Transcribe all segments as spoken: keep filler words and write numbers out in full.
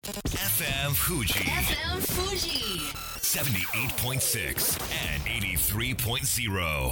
エフエム Fuji エフエム Fuji セブンティーエイトポイントシックス and エイティースリーポイントゼロ。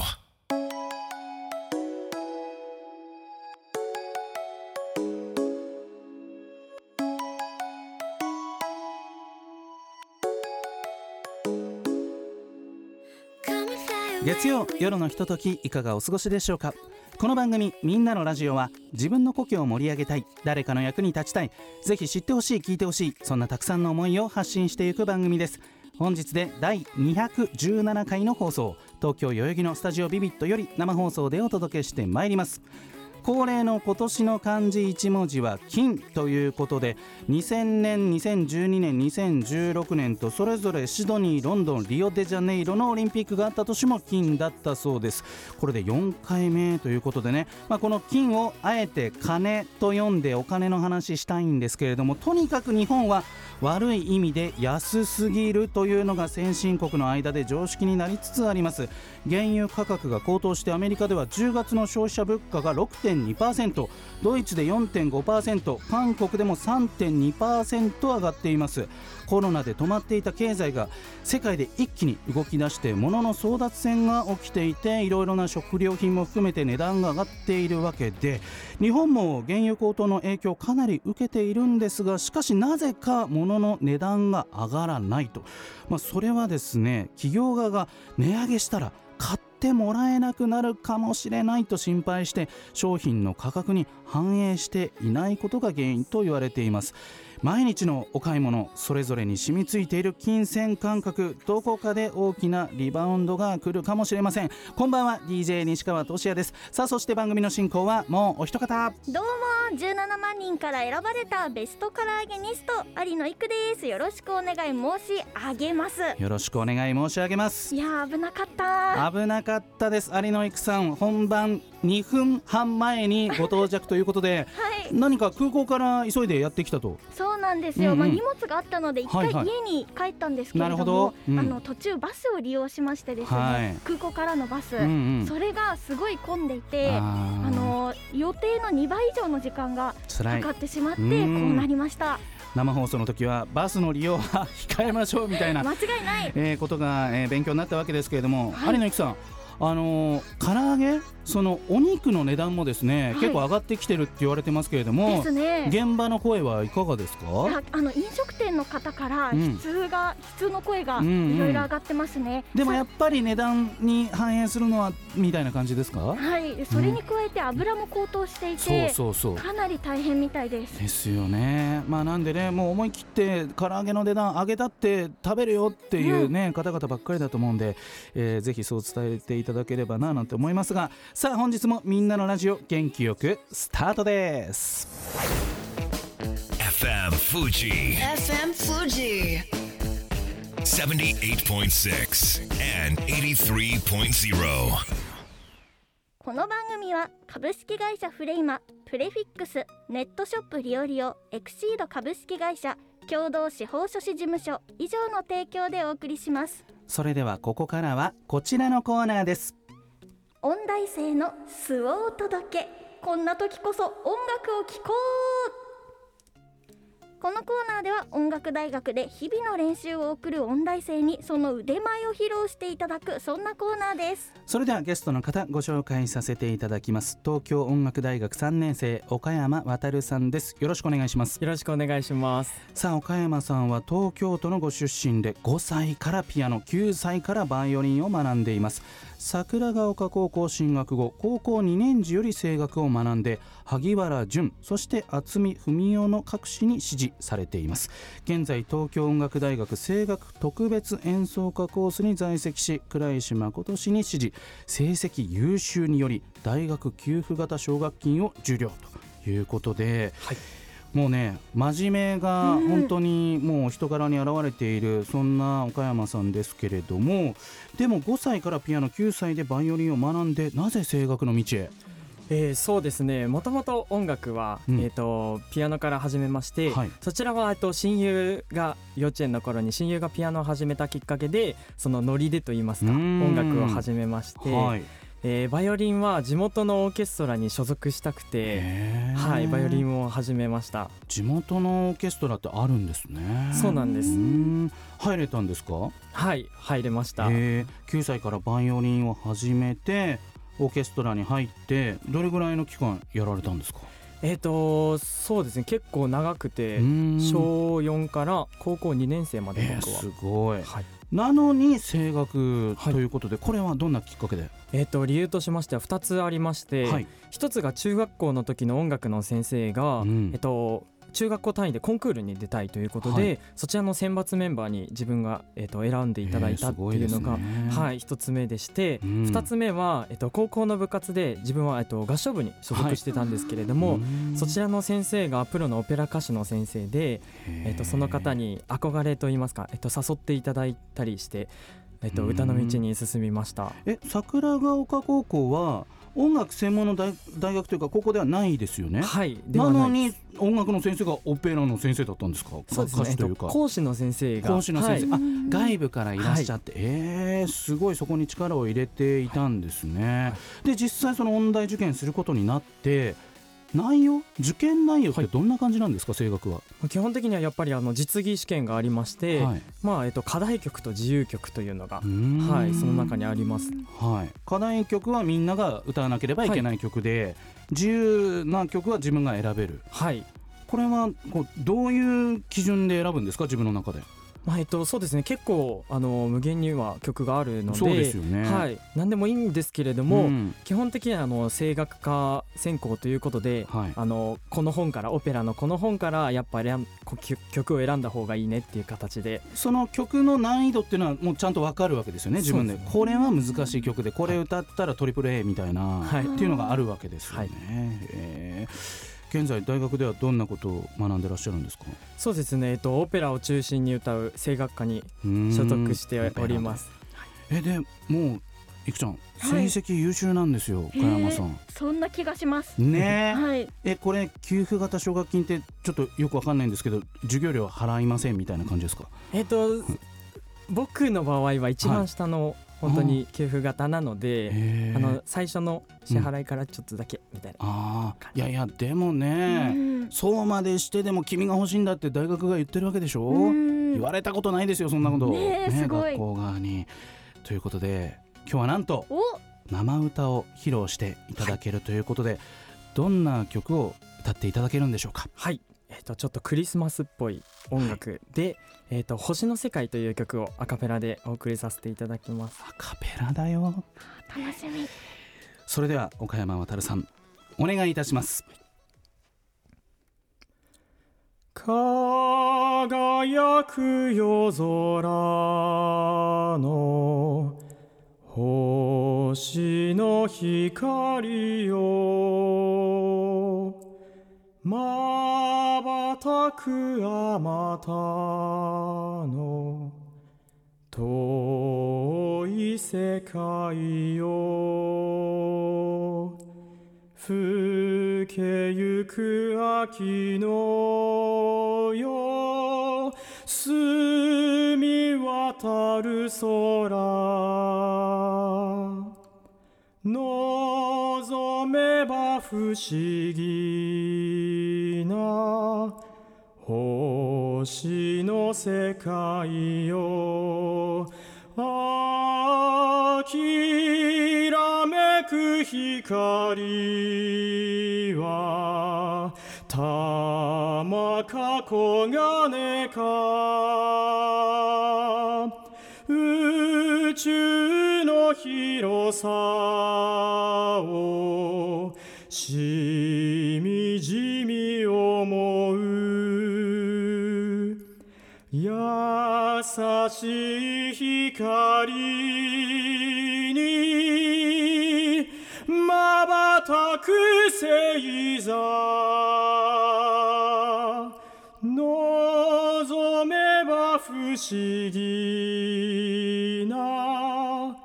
月曜夜のひとときいかがお過ごしでしょうか。この番組みんなのラジオは自分の故郷を盛り上げたい、誰かの役に立ちたい、ぜひ知ってほしい、聞いてほしい、そんなたくさんの思いを発信していく番組です。本日でだいにひゃくじゅうななかいの放送、東京代々木のスタジオビビットより生放送でお届けしてまいります。恒例の今年の漢字一文字は金ということで、にせんねん、にせんじゅうにねん、にせんじゅうろくねんとそれぞれシドニー、ロンドン、リオデジャネイロのオリンピックがあった年も金だったそうです。これでよんかいめということでね、まあ、この金をあえて金と読んでお金の話したいんですけれども、とにかく日本は悪い意味で安すぎるというのが先進国の間で常識になりつつあります。原油価格が高騰して、アメリカではじゅうがつの消費者物価が ろくてんにパーセント、 ドイツで よんてんごパーセント、 韓国でも さんてんにパーセント 上がっています。コロナで止まっていた経済が世界で一気に動き出して、物の争奪戦が起きていて、いろいろな食料品も含めて値段が上がっているわけで、日本も原油高騰の影響をかなり受けているんですが、しかしなぜか物の値段が上がらないと、まあ、それはですね、企業側が値上げしたら買ってもらえなくなるかもしれないと心配して、商品の価格に反映していないことが原因と言われています。毎日のお買い物、それぞれに染みついている金銭感覚、どこかで大きなリバウンドが来るかもしれません。こんばんは、 ディージェー 西川俊也です。さあ、そして番組の進行はもうお一方。 どうも、じゅうななまんにんから選ばれたベスト唐揚げニスト有野育です。よろしくお願い申し上げます。 よろしくお願い申し上げます。 いやー、危なかった危なかったです。有野育さん、本番にふんはん前にご到着ということで、 はい、 何か空港から急いでやってきたと。 そうなんですよ、うんうん、まあ、荷物があったので一回はいはい、 家に帰ったんですけれども、 なるほど、うん、 あの途中バスを利用しましてですね、はい、空港からのバス、うんうん、それがすごい混んでいて、ああの予定のにばい以上の時間がかかってしまって、こうなりました。 生放送の時はバスの利用は控えましょうみたいな間違いない、 えー、ことが、えー、勉強になったわけですけれども、はい、有野育さん、あのー、唐揚げ、そのお肉の値段もですね、はい、結構上がってきてるって言われてますけれども、 ですね、 現場の声はいかがですか？ あの飲食店の方から悲痛が、うん、悲痛の声がいろいろ上がってますね、うんうん、 でもやっぱり値段に反映するのはみたいな感じですか？ はい、それに加えて油も高騰していて、うん、そうそうそう、かなり大変みたいですですよね。まあ、なんでね、もう思い切って唐揚げの値段上げたって食べるよっていうね、うん、方々ばっかりだと思うんで、えー、ぜひそう伝えていただければななんて思いますが、さあ本日もみんなのラジオ元気よくスタートです。 エフエム Fuji エフエム Fuji セブンティーエイトポイントシックス and エイティースリーポイントゼロ。 この番組は株式会社フレイマ、プレフィックス、ネットショップリオリオ、エクシード株式会社、共同司法書士事務所以上の提供でお送りします。 それではここからはこちらのコーナーです。 音大生の素をお届け、こんな時こそ音楽を聴こう。このコーナーでは音楽大学で日々の練習を送る音大生にその腕前を披露していただく、そんなコーナーです。 それではゲストの方ご紹介させていただきます。東京音楽大学さんねん生、岡山渉さんです。よろしくお願いします。 よろしくお願いします。 さあ、岡山さんは東京都のご出身で、ごさいからピアノ、きゅうさいからバイオリンを学んでいます。桜ヶ丘高校進学後、高校にねん時より声楽を学んで、萩原淳、そして渥美文雄の各誌に師事されています。現在東京音楽大学声楽特別演奏家コースに在籍し、倉石誠氏に師事、成績優秀により大学給付型奨学金を受領ということで、はい、もうね、真面目が本当にもう人柄に表れている、そんな岡山さんですけれども、でもごさいからピアノ、きゅうさいでバイオリンを学んで、なぜ声楽の道へ？ えー、そうですね、もともと音楽は、うん、えー、とピアノから始めまして、はい、そちらはと親友が幼稚園の頃に親友がピアノを始めたきっかけで、そのノリでといいますか音楽を始めまして、はい、 えー、バイオリンは地元のオーケストラに所属したくて、はい、バイオリンを始めました。 地元のオーケストラってあるんですね。 そうなんです。 うん、入れたんですか？ はい、入れました。 えー、きゅうさいからバイオリンを始めてオーケストラに入ってどれぐらいの期間やられたんですか？ えーとそうですね、結構長くてしょうよんから高校にねん生まで僕は、 えー、すごい、 はい、 なのに声楽ということで、はい、これはどんなきっかけで？ えーと理由としましてはふたつありまして、はい、ひとつが中学校の時の音楽の先生が、うん、えーと中学校単位でコンクールに出たいということで、はい、そちらの選抜メンバーに自分が、えー、と選んでいただいたっていうのが、ね、はい、ひとつめでして、うん、ふたつめは、えー、と高校の部活で自分は、えー、と合唱部に所属してたんですけれども、はい、そちらの先生がプロのオペラ歌手の先生で、えー、とその方に憧れといいますか、えー、と誘っていただいたりして、えー、と歌の道に進みました。 え桜ヶ丘高校は音楽専門の 大, 大学というか高校ではないですよね。 はい、 なのに音楽の先生がオペラの先生だったんですか？ そうですね、 歌手というか、 えっと、講師の先生が講師の先生、 はい、 あ外部からいらっしゃって、はい、えー、すごいそこに力を入れていたんですね、はい、で実際その音大受験することになって内容受験内容ってどんな感じなんですか？はい、声楽は基本的にはやっぱりあの実技試験がありまして、はい、まあえっと、課題曲と自由曲というのが、はい、その中にあります、 はい、課題曲はみんなが歌わなければいけない曲で、はい、自由な曲は自分が選べる、はい、これはこうどういう基準で選ぶんですか？自分の中で。 まあえっと、そうですね、結構あの無限には曲があるので、 そうですよね、 はい、何でもいいんですけれども、うん、基本的にはあの声楽科専攻ということで、はい、あのこの本からオペラのこの本からやっぱり曲を選んだ方がいいねっていう形で、 その曲の難易度っていうのはもうちゃんと分かるわけですよね。自分でこれは難しい曲でこれ歌ったらトリプル A みたいな、はい、っていうのがあるわけですよね、はい、えー現在大学ではどんなことを学んでらっしゃるんですか？ そうですね、えっと、オペラを中心に歌う声楽科に所属しております。 えでもういくちゃん、成績優秀なんですよ、岡山さん。 そんな気がしますね、 はい、 えこれ給付型奨学金ってちょっとよくわかんないんですけど授業料払いませんみたいな感じですか？ えっと僕の場合は一番下の、はい、本当に給付型なので、あの最初の支払いからちょっとだけみたいな、うん、 あいやいやでもね、うん、そうまでしてでも君が欲しいんだって大学が言ってるわけでしょ、うん、言われたことないですよそんなこと、 ねね、 学校側に。ということで今日はなんと生歌を披露していただけるということで、はい、どんな曲を歌っていただけるんでしょうか？ はい、えー、とちょっとクリスマスっぽい音楽で、はい、えー、と星の世界という曲をアカペラでお送りさせていただきます。 アカペラだよ、 楽しみ。 それでは岡山航さんお願いいたします。 輝く夜空の星の光よ、瞬くあまたの遠い世界よ、更けゆく秋の夜、澄み渡る空、望めば不思議な星の世界よ、諦めく光は玉か黄金か、宇宙の広さをしみじみ思う、優しい光に瞬く星座、望めば不思議な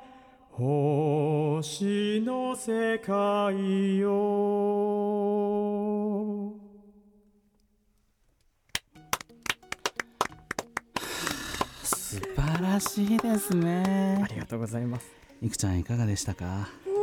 星の世界よ。 素晴らしいですね。 ありがとうございます。 いくちゃんいかがでしたか？ もうなん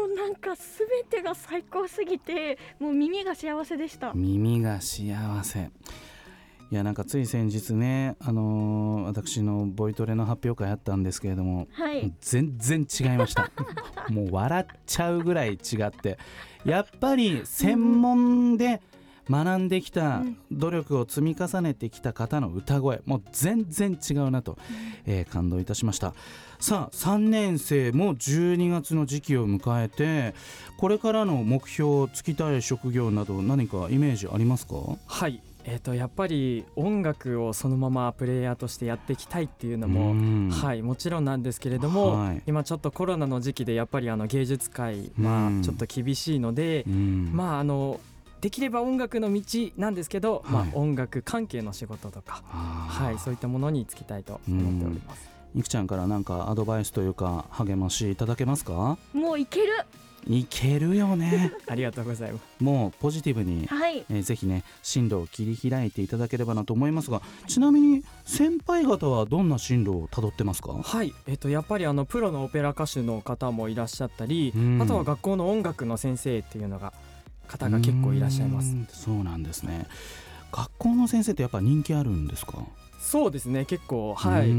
か全てが最高すぎて、もう耳が幸せでした。 耳が幸せ。いやなんかつい先日ね、あのー、私のボイトレの発表会あったんですけれども、 はい、 全然違いましたもう笑っちゃうぐらい違って、やっぱり専門で学んできた、努力を積み重ねてきた方の歌声、もう全然違うなと、えー、感動いたしました。さあさんねん生もじゅうにがつの時期を迎えて、これからの目標、つきたい職業など何かイメージありますか？ はい、えー、とやっぱり音楽をそのままプレイヤーとしてやっていきたいっていうのも、はい、もちろんなんですけれども、はい、今ちょっとコロナの時期でやっぱりあの芸術界、まあ、ちょっと厳しいので、まああのできれば音楽の道なんですけど、はい、まあ、音楽関係の仕事とか、はい、そういったものに就きたいと思っております。 いくちゃんから何かアドバイスというか励ましいただけますか？ もういけるいけるよねありがとうございます。 もうポジティブに、 はい、 えー、ぜひね進路を切り開いていただければなと思いますが、ちなみに先輩方はどんな進路をたどってますか？ はい、えー、とやっぱりあのプロのオペラ歌手の方もいらっしゃったり、あとは学校の音楽の先生っていうのが方が結構いらっしゃいます。 そうなんですね。学校の先生ってやっぱ人気あるんですか？ そうですね、結構。はい。 うん、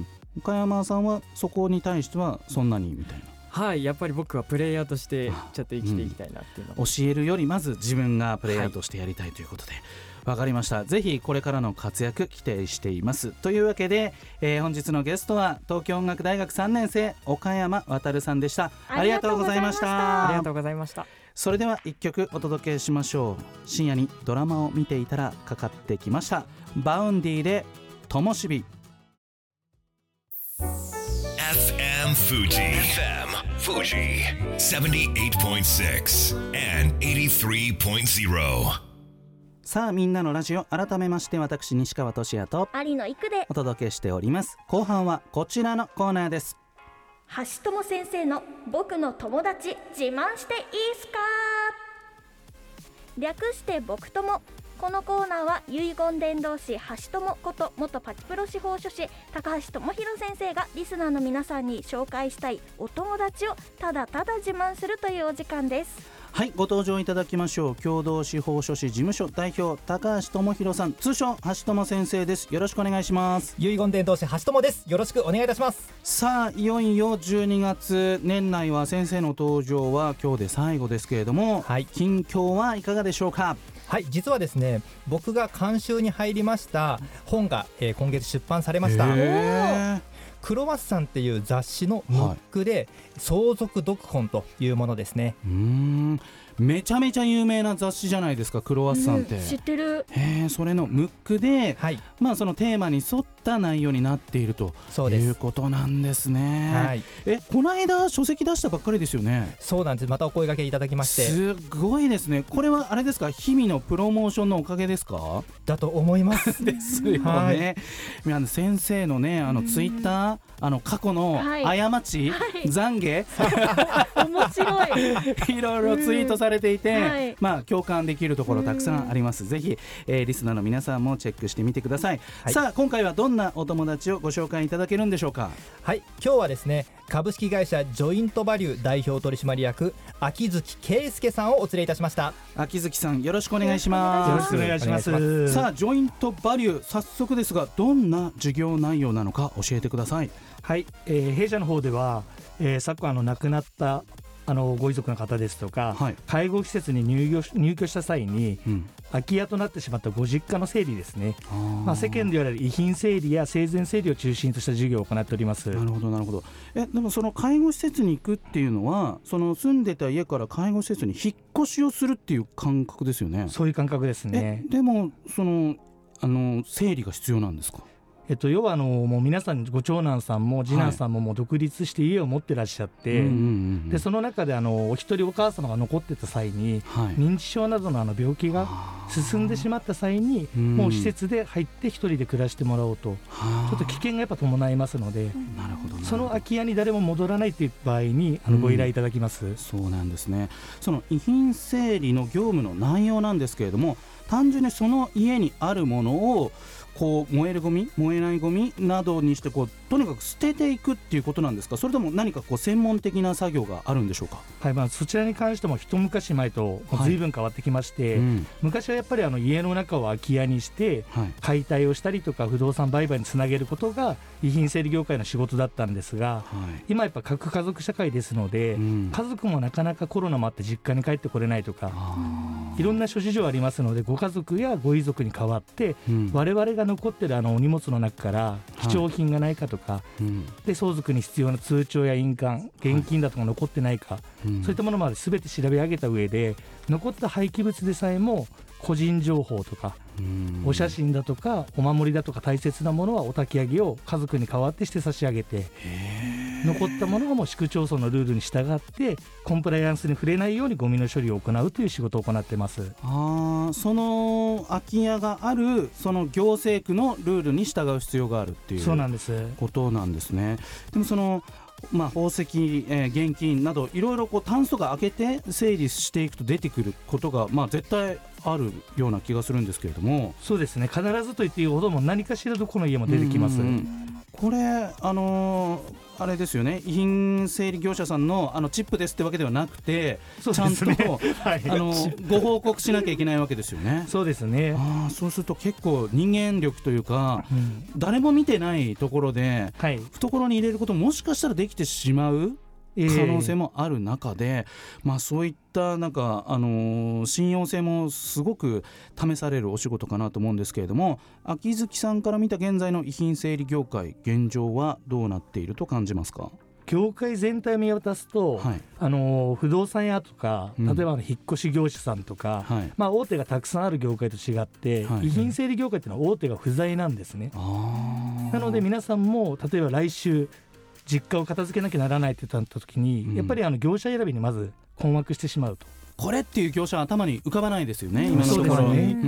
岡山さんはそこに対してはそんなにみたいな。 はい、やっぱり僕はプレイヤーとしてちょっと生きていきたいなっていうの、 うん、教えるよりまず自分がプレイヤーとしてやりたいということで、わ、はい、かりました。ぜひこれからの活躍期待しています。というわけで、えー、本日のゲストは東京音楽大学さんねん生岡山航さんでした。ありがとうございました。 ありがとうございました。 それではいっきょくお届けしましょう。深夜にドラマを見ていたらかかってきました。バウンディでともしび。 エフエム Fuji エフエム Fuji セブンティーエイトポイントシックス and エイティスリーポイントゼロ。 さあみんなのラジオ、改めまして私西川俊也と有野育でお届けしております。後半はこちらのコーナーです。 橋友先生の僕の友達自慢していいすか、略して僕友。このコーナーは遺言伝道師橋友こと元パチプロ司法書士高橋智博先生がリスナーの皆さんに紹介したいお友達をただただ自慢するというお時間です。 はい、ご登場いただきましょう。共同司法書士事務所代表高橋智博さん、通称橋友先生です。よろしくお願いします。 遺言伝道師橋友です。よろしくお願いいたします。 さあいよいよじゅうにがつ、年内は先生の登場は今日で最後ですけれども、はい、近況はいかがでしょうか？ はい、実はですね、僕が監修に入りました本が、えー、今月出版されました。クロワッサンっていう雑誌のムックで相続読本というものですね。 うーん、めちゃめちゃ有名な雑誌じゃないですか、クロワッサンって、 うん、知ってる。 へー、それのムックで、はい、まあ、そのテーマに沿った内容になっているということなんですね。はい、え、この間書籍出したばっかりですよね。 そうなんです。またお声掛けいただきまして、 すごいですね。これはあれですか、日々のプロモーションのおかげですか？ だと思いますですよね。はい、先生のね、あのツイッター、あの過去の過ち、はい、懺悔面白いいろいろツイートされていて、はい、まあ、共感できるところたくさんあります。ぜひ、えー、リスナーの皆さんもチェックしてみてください。はい、さあ今回はどんなお友達をご紹介いただけるんでしょうか？ はい、今日はですね、株式会社ジョイントバリュー代表取締役秋月圭介さんをお連れいたしました。 秋月さん、よろしくお願いします。 よろしくお願いします。 さあジョイントバリュー、早速ですがどんな事業内容なのか教えてください。 はい、えー、弊社の方では、えー、昨今あの亡くなったあのご遺族の方ですとか、はい、介護施設に入居し、入居した際に、うん、空き家となってしまったご実家の整理ですね。まあ、世間で言われる遺品整理や生前整理を中心とした事業を行っております。 なるほどなるほど。えでもその介護施設に行くっていうのは、その住んでた家から介護施設に引っ越しをするっていう感覚ですよね。 そういう感覚ですね。 えでもそのあの整理が必要なんですか？ えっと、要はあのもう皆さんご長男さんも次男さんももう独立して家を持ってらっしゃって、はい、でその中であのお一人お母様が残ってた際に、はい、認知症などのあの病気が進んでしまった際にもう施設で入って一人で暮らしてもらおうと、ちょっと危険がやっぱ伴いますので、 なるほど、 その空き家に誰も戻らないという場合にあのご依頼いただきます。 そうなんですね。その遺品整理の業務の内容なんですけれども、単純にその家にあるものをこう燃えるゴミ燃えないゴミなどにしてこうとにかく捨てていくっていうことなんですか、それとも何かこう専門的な作業があるんでしょうか。 はい、まあ、そちらに関しても一昔前と随分変わってきまして、はい、うん、昔はやっぱりあの家の中を空き家にして、はい、解体をしたりとか不動産売買につなげることが遺品整理業界の仕事だったんですが、はい、今やっぱ核家族社会ですので、うん、家族もなかなかコロナもあって実家に帰ってこれないとかいろんな諸事情ありますので、ご家族やご遺族に代わって、うん、我々が残っているあのお荷物の中から貴重品がないかとか、はい、うん、で相続に必要な通帳や印鑑現金だとか残ってないか、はい、そういったものまで全て調べ上げた上で残った廃棄物でさえも個人情報とかお写真だとかお守りだとか大切なものはお焚き上げを家族に代わってして差し上げて、残ったものはもう市区町村のルールに従ってコンプライアンスに触れないようにゴミの処理を行うという仕事を行っています。 あ、その空き家があるその行政区のルールに従う必要があるっていうそうなんですことなんですね。でもそのまあ、宝石、えー、現金などいろいろこうタンスとか開けて整理していくと出てくることが、まあ、絶対あるような気がするんですけれども。 そうですね、必ずと言っていいほども何かしらどこの家も出てきます。うんうんうん、 これあのー、あれですよね、遺品整理業者さん の, あのチップですってわけではなくて、 そうですね、 ちゃんと、はい、あのご報告しなきゃいけないわけですよね。 そうですね。 あ、そうすると結構人間力というか、うん、誰も見てないところで、はい、懐に入れることももしかしたらできてしまう可能性もある中で、えーまあ、そういったなんか、あのー、信用性もすごく試されるお仕事かなと思うんですけれども、秋月さんから見た現在の遺品整理業界現状はどうなっていると感じますか。 業界全体を見渡すと、はい、あの不動産屋とか例えば引っ越し業者さんとか、うん、まあ、大手がたくさんある業界と違って、はい、遺品整理業界っていうのは大手が不在なんですね。あ、なので皆さんも例えば来週実家を片付けなきゃならないって言った時に、うん、やっぱりあの業者選びにまず困惑してしまうと。 これっていう業者は頭に浮かばないですよね、今のところ。 そうですね、うんうんうんうん、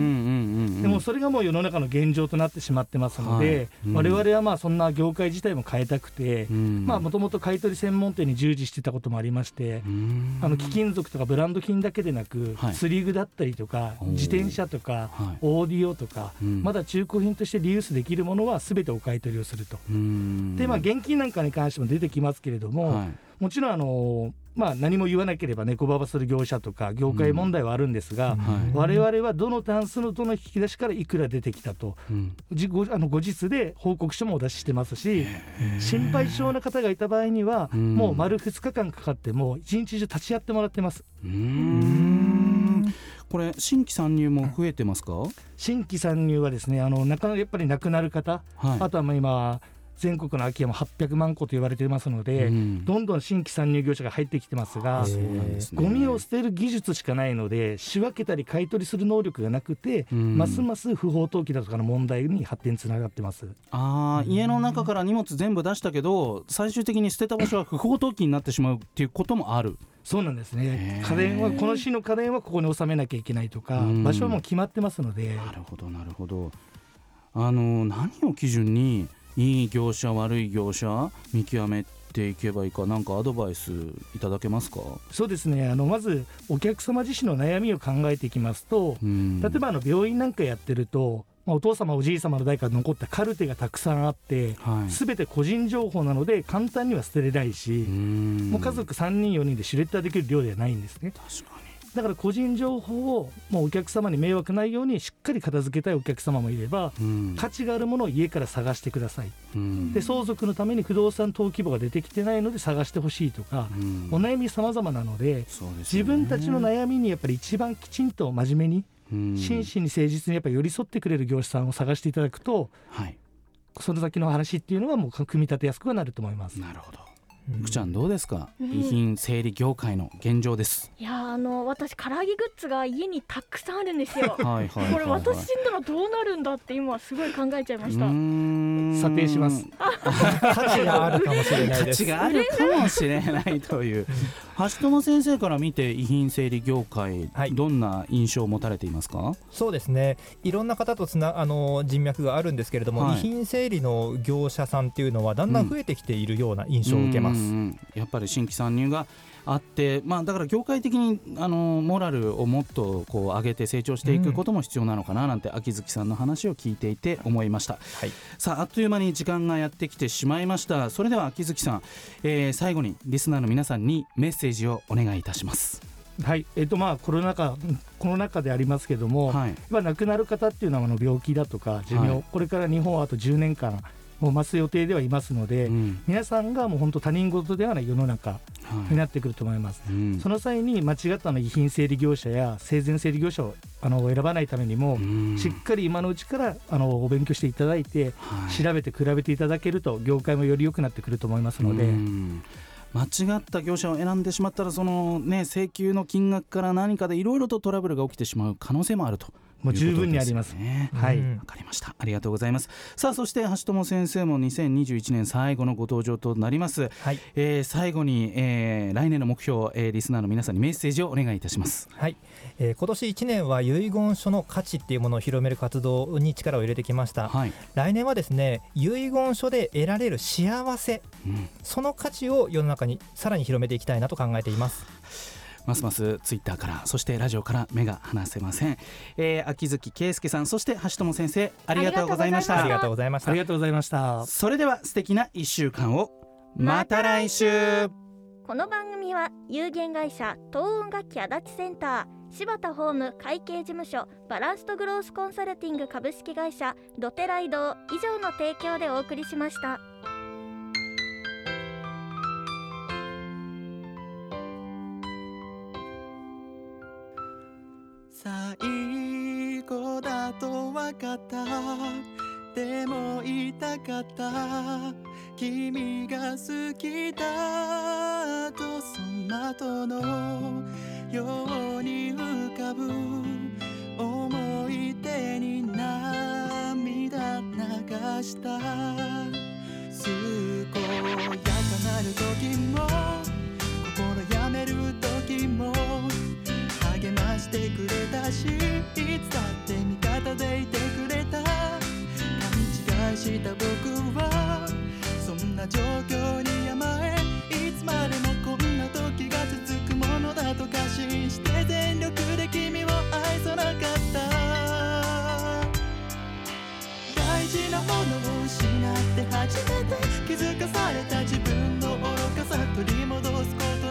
でもそれがもう世の中の現状となってしまってますので、はい、うん、我々はまあそんな業界自体も変えたくて、もともと買い取り専門店に従事してたこともありまして、うん、あの貴金属とかブランド品だけでなく、はい、釣り具だったりとか自転車とか、はい、オーディオとか、うん、まだ中古品としてリユースできるものは全てお買い取りをすると。うん、で、まあ、現金なんかに関しても出てきますけれども、はい、もちろんあのまあ、何も言わなければ猫ばばする業者とか業界問題はあるんですが、うん、はい、我々はどのタンスのどの引き出しからいくら出てきたと、うん、ご, あの後日で報告書もお出ししてますし、心配性な方がいた場合には、うん、もう丸ふつかかんかかっても一日中立ち会ってもらってます。うーん、 これ新規参入も増えてますか。 新規参入はですね、あのなかなかやっぱり亡くなる方、はい、あとはまあ今全国の空き家もはっぴゃくまんこと言われていますので、うん、どんどん新規参入業者が入ってきてますが、そうなんですね、ゴミを捨てる技術しかないので仕分けたり買い取りする能力がなくて、うん、ますます不法投棄だとかの問題に発展につながってます。 あ、家の中から荷物全部出したけど最終的に捨てた場所は不法投棄になってしまうっていうこともある。 そうなんですね。家電はこの市の家電はここに収めなきゃいけないとか、うん、場所はもう決まってますので。 なるほどなるほど。あの何を基準にいい業者悪い業者見極めていけばいいか、なんかアドバイスいただけますか。 そうですね、あのまずお客様自身の悩みを考えていきますと、うん、例えばあの病院なんかやってると、まあ、お父様おじい様の代から残ったカルテがたくさんあって、はい、全て個人情報なので簡単には捨てれないし、うんもう家族さんにんよにんでシュレッダーできる量ではないんですね。 確かに。 だから個人情報をもうお客様に迷惑ないようにしっかり片付けたいお客様もいれば、うん、価値があるものを家から探してください、うん、で相続のために不動産登記簿が出てきてないので探してほしいとか、うん、お悩み様々なの で, そうですね、自分たちの悩みにやっぱり一番きちんと真面目に、うん、真摯に誠実にやっぱり寄り添ってくれる業者さんを探していただくと、はい、その先の話っていうのはもう組み立てやすくはなると思います。 なるほど。福ちゃんどうですか、うん、遺品整理業界の現状です。 いや、あの私唐揚げグッズが家にたくさんあるんですよ。はいはいはいはい、これ私死んだらどうなるんだって今すごい考えちゃいました。うーん、査定します。価値があるかもしれないです。 価値があるかもしれないという橋友先生から見て遺品整理業界、 はい、 どんな印象を持たれていますか？ そうですね、いろんな方とつなあの人脈があるんですけれども、はい、遺品整理の業者さんっていうのはだんだん増えてきているような印象を受けます、 うんうんうん、やっぱり新規参入があって、まあ、だから業界的にあのモラルをもっとこう上げて成長していくことも必要なのかななんて、うん、秋月さんの話を聞いていて思いました、はい、さあ、あっという間に時間がやってきてしまいました。それでは秋月さん、えー、最後にリスナーの皆さんにメッセージをお願いいたします。 はい、えーとまあ、コロナ禍コロナ禍でありますけども、はい、亡くなる方っていうのはあの病気だとか寿命、はい、これから日本はあとじゅうねんかんもう増す予定ではいますので、うん、皆さんがもう本当他人事ではない世の中になってくると思います、はい、うん、その際に間違ったの遺品整理業者や生前整理業者をあの選ばないためにも、うん、しっかり今のうちからあのお勉強していただいて、はい、調べて比べていただけると業界もより良くなってくると思いますので、うん、 間違った業者を選んでしまったらその、ね、請求の金額から何かでいろいろとトラブルが起きてしまう可能性もあると。 もう十分にあります、 はい、わかりました。ありがとうございます。さあ、そして橋友先生もにせんにじゅういちねん最後のご登場となります、はい、えー、最後に、えー、来年の目標、えー、リスナーの皆さんにメッセージをお願いいたします。 はい、えー、今年いちねんは遺言書の価値っていうものを広める活動に力を入れてきました、はい、来年はですね、遺言書で得られる幸せ、うん、その価値を世の中にさらに広めていきたいなと考えています。 ますますツイッターからそしてラジオから目が離せません、えー、秋月圭介さん、そして橋友先生、ありがとうございました。 ありがとうございました。 ありがとうございました。 それでは素敵ないっしゅうかんを。また来週。 この番組は有限会社東音楽器足立センター、柴田ホーム会計事務所、バランストグロースコンサルティング株式会社、ドテライド以上の提供でお送りしました。 最後だと分かった、でも言いたかった、君が好きだとその後のように浮かぶ思い出に涙流した。健やかなる時も心やめる時も励ましてくれたし、いつだって味方でいてくれた。勘違いした僕はそんな状況に甘え、いつまでもこんな時が続くものだと過信して全力で君を愛さなかった。大事なものを失って初めて気づかされた自分の愚かさ、取り戻すこと